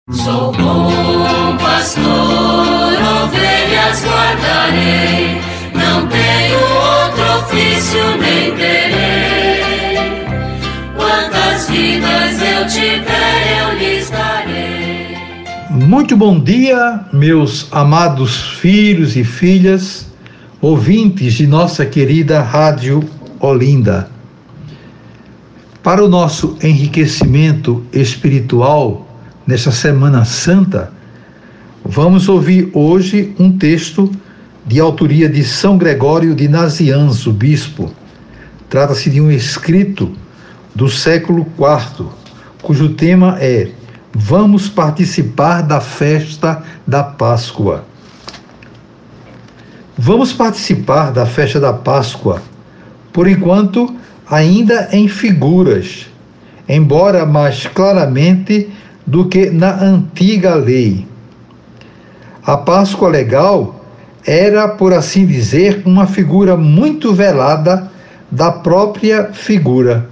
Sou bom pastor, ovelhas guardarei, não tenho outro ofício nem terei. Quantas vidas eu tiver, eu lhes darei. Muito bom dia, meus amados filhos e filhas, ouvintes de nossa querida Rádio Olinda. Para o nosso enriquecimento espiritual, nesta Semana Santa, vamos ouvir hoje um texto de autoria de São Gregório de Nazianzo, bispo. Trata-se de um escrito do século IV, cujo tema é Vamos participar da festa da Páscoa. Vamos participar da festa da Páscoa, por enquanto ainda em figuras, embora mais claramente do que na antiga lei. A Páscoa legal era, por assim dizer, uma figura muito velada da própria figura.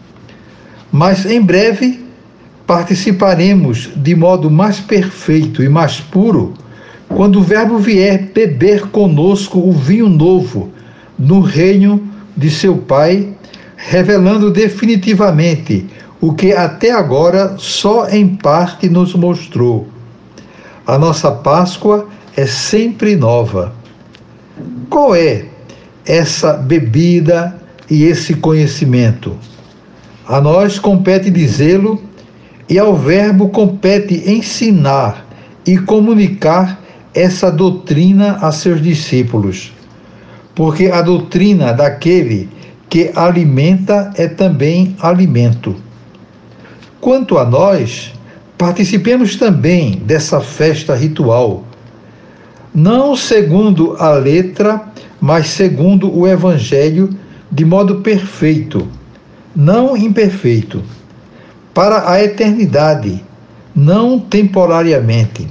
Mas em breve participaremos de modo mais perfeito e mais puro quando o Verbo vier beber conosco o vinho novo no reino de seu Pai, revelando definitivamente o que até agora só em parte nos mostrou. A nossa Páscoa é sempre nova. Qual é essa bebida e esse conhecimento? A nós compete dizê-lo e ao Verbo compete ensinar e comunicar essa doutrina a seus discípulos. Porque a doutrina daquele que alimenta é também alimento. Quanto a nós, participemos também dessa festa ritual, não segundo a letra, mas segundo o Evangelho, de modo perfeito, não imperfeito, para a eternidade, não temporariamente.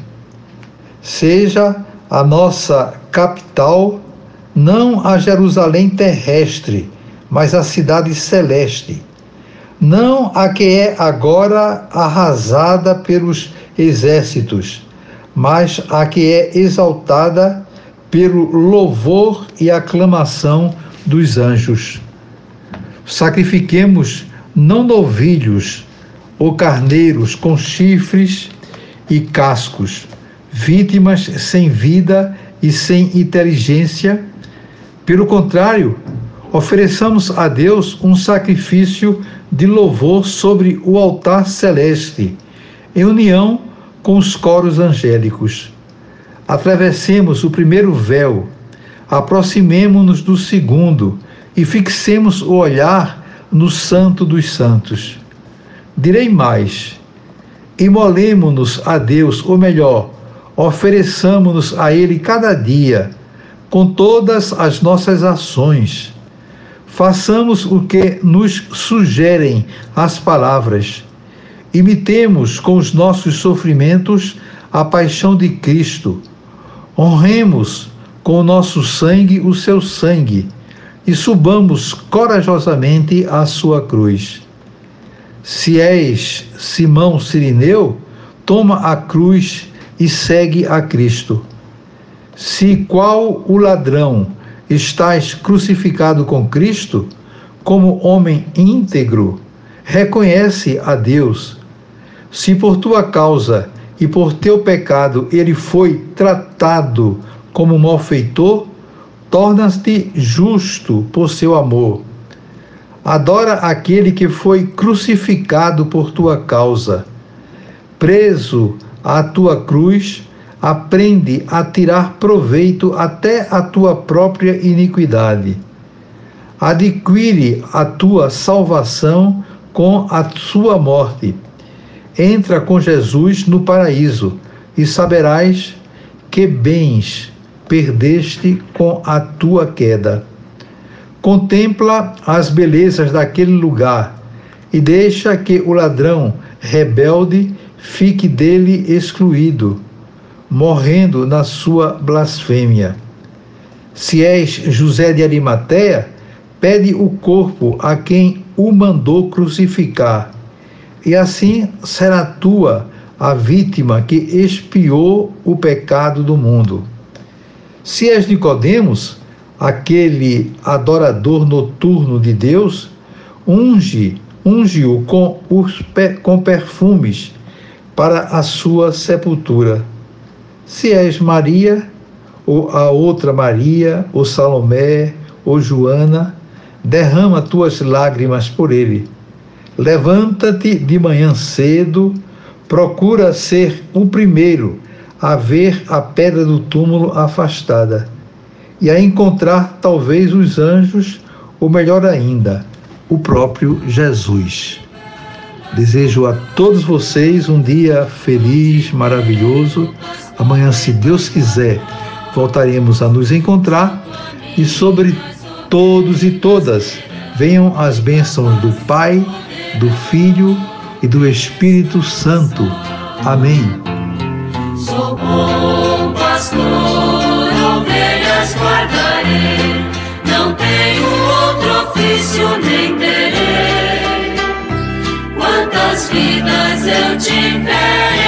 Seja a nossa capital não a Jerusalém terrestre, mas a cidade celeste, não a que é agora arrasada pelos exércitos, mas a que é exaltada pelo louvor e aclamação dos anjos. Sacrifiquemos não novilhos ou carneiros com chifres e cascos, vítimas sem vida e sem inteligência. Pelo contrário, ofereçamos a Deus um sacrifício de louvor sobre o altar celeste, em união com os coros angélicos. Atravessemos o primeiro véu, aproximemo-nos do segundo e fixemos o olhar no Santo dos Santos. Direi mais, imolemo-nos a Deus, ou melhor, ofereçamo-nos a Ele cada dia, com todas as nossas ações. Façamos o que nos sugerem as palavras. Imitemos com os nossos sofrimentos a paixão de Cristo. Honremos com o nosso sangue o seu sangue e subamos corajosamente à sua cruz. Se és Simão Cirineu, toma a cruz e segue a Cristo. Se qual o ladrão estás crucificado com Cristo, como homem íntegro, reconhece a Deus. Se por tua causa e por teu pecado ele foi tratado como malfeitor, tornas-te justo por seu amor. Adora aquele que foi crucificado por tua causa. Preso à tua cruz, aprende a tirar proveito até a tua própria iniquidade. Adquire a tua salvação com a sua morte. Entra com Jesus no paraíso e saberás que bens perdeste com a tua queda. Contempla as belezas daquele lugar e deixa que o ladrão rebelde fique dele excluído, morrendo na sua blasfêmia. Se és José de Arimateia, pede o corpo a quem o mandou crucificar, e assim será tua a vítima que expiou o pecado do mundo. Se és Nicodemos, aquele adorador noturno de Deus, unge-o com perfumes para a sua sepultura. Se és Maria, ou a outra Maria, ou Salomé, ou Joana, derrama tuas lágrimas por ele. Levanta-te de manhã cedo, procura ser o primeiro a ver a pedra do túmulo afastada e a encontrar talvez os anjos, ou melhor ainda, o próprio Jesus. Desejo a todos vocês um dia feliz, maravilhoso. Amanhã, se Deus quiser, voltaremos a nos encontrar e sobre todos e todas venham as bênçãos do Pai, do Filho e do Espírito Santo. Amém. Sou bom pastor, ovelhas guardarei, não tenho outro ofício nem terei. Quantas vidas eu tiver